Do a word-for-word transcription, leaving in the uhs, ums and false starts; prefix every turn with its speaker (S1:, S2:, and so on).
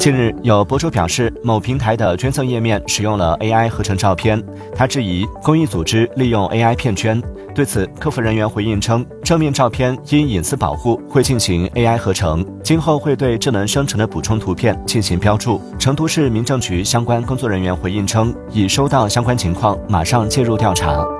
S1: 近日，有博主表示，某平台的捐赠页面使用了 A I 合成照片，他质疑公益组织利用 A I 骗捐。对此，客服人员回应称，正面照片因隐私保护会进行 A I 合成，今后会对智能生成的补充图片进行标注。成都市民政局相关工作人员回应称，已收到相关情况，马上介入调查。